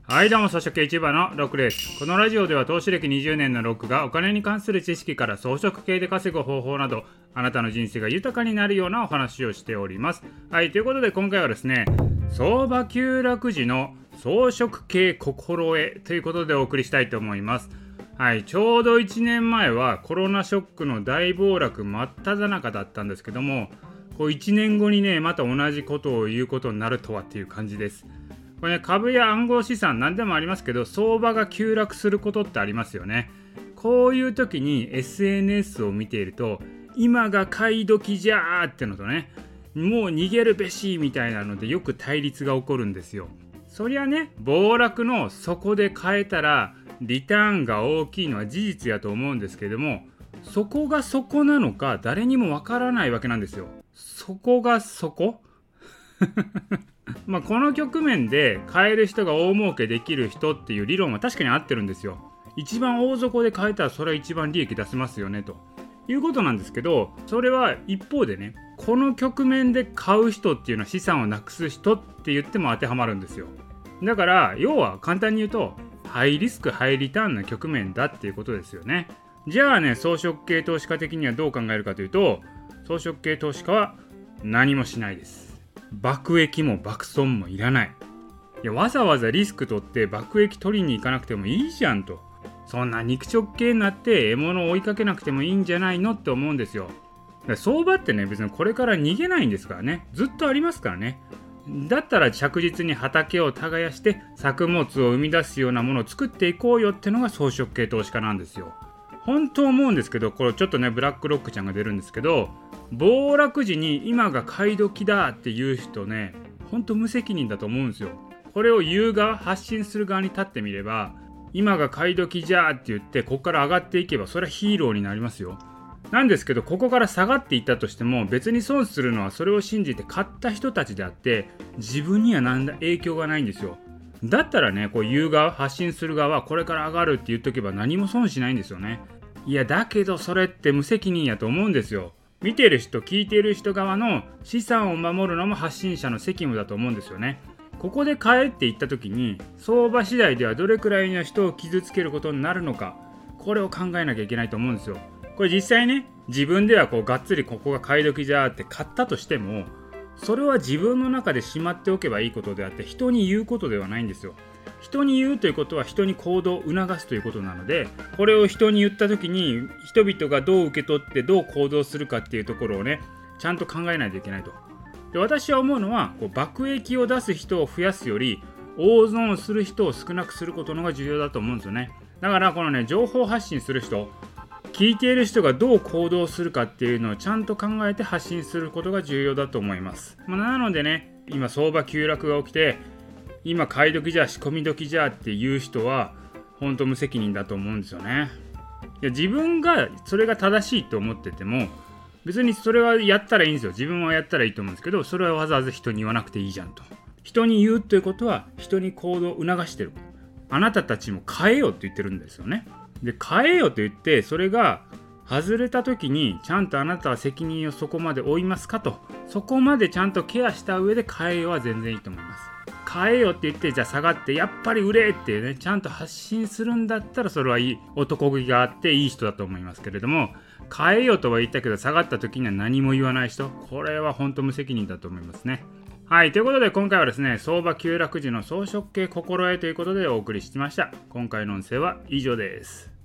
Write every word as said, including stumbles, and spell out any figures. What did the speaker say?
はいどうも、草食系 YouTuber のロックです。このラジオでは投資歴にじゅうねんのロックがお金に関する知識から装飾系で稼ぐ方法など、あなたの人生が豊かになるようなお話をしております。はい、ということで今回はですね、相場急落時の装飾系心得ということでお送りしたいと思います。はい、ちょうどいちねんまえはコロナショックの大暴落真っ只中だったんですけども、こういちねんごにね、また同じことを言うことになるとはっていう感じです。これね、株や暗号資産何でもありますけど、相場が急落することってありますよね。こういう時に エスエヌエス を見ていると、今が買い時じゃーってのとね、もう逃げるべしみたいなのでよく対立が起こるんですよ。そりゃね、暴落の底で買えたらリターンが大きいのは事実やと思うんですけども、そこがそこなのか誰にもわからないわけなんですよ。そこがそこまあこの局面で買える人が大儲けできる人っていう理論は確かに合ってるんですよ。一番大底で買えたらそれは一番利益出せますよねということなんですけど、それは一方でね、この局面で買う人っていうのは資産をなくす人って言っても当てはまるんですよ。だから要は簡単に言うと、ハイリスクハイリターンな局面だっていうことですよね。じゃあね、装飾系投資家的にはどう考えるかというと、装飾系投資家は何もしないです。爆益も爆損もいらない。いや、わざわざリスク取って爆益取りに行かなくてもいいじゃんと。そんな肉直系になって獲物を追いかけなくてもいいんじゃないのって思うんですよ。だから相場ってね、別にこれから逃げないんですからね。ずっとありますからね。だったら着実に畑を耕して作物を生み出すようなものを作っていこうよってのが装飾系投資家なんですよ。本当思うんですけど、これちょっとねブラックロックちゃんが出るんですけど、暴落時に今が買い時だっていう人ね、本当無責任だと思うんですよ。これを言う側、発信する側に立ってみれば、今が買い時じゃーって言ってここから上がっていけばそれはヒーローになりますよ。なんですけど、ここから下がっていったとしても別に損するのはそれを信じて買った人たちであって、自分には何ら影響がないんですよ。だったらね、こう言う側、発信する側はこれから上がるって言っとけば何も損しないんですよね。いやだけどそれって無責任やと思うんですよ。見てる人、聞いてる人側の資産を守るのも発信者の責務だと思うんですよね。ここで買えって言った時に、相場次第ではどれくらいの人を傷つけることになるのか、これを考えなきゃいけないと思うんですよ。これ実際ね、自分ではこうがっつりここが買い時じゃーって買ったとしても、それは自分の中でしまっておけばいいことであって、人に言うことではないんですよ。人に言うということは人に行動を促すということなので、これを人に言った時に人々がどう受け取ってどう行動するかっていうところをね、ちゃんと考えないといけないと。で、私は思うのは、こう爆益を出す人を増やすより大損する人を少なくすることの方が重要だと思うんですよね。だからこのね、情報発信する人、聞いている人がどう行動するかっていうのをちゃんと考えて発信することが重要だと思います。まあ、なのでね、今相場急落が起きて、今買い時じゃ仕込み時じゃっていう人は本当無責任だと思うんですよね。いや、自分がそれが正しいと思ってても別にそれはやったらいいんですよ。自分はやったらいいと思うんですけど、それはわざわざ人に言わなくていいじゃんと。人に言うということは人に行動を促してる。あなたたちも変えようって言ってるんですよね。で、変えようと言ってそれが外れた時にちゃんとあなたは責任をそこまで負いますかと。そこまでちゃんとケアした上で変えようは全然いいと思います。変えよって言ってじゃあ下がってやっぱり売れってね、ちゃんと発信するんだったらそれはいい男気があっていい人だと思いますけれども、変えよとは言ったけど下がった時には何も言わない人、これは本当無責任だと思いますね。はい、ということで今回はですね、相場急落時の装飾系心得ということでお送りしました。今回の音声は以上です。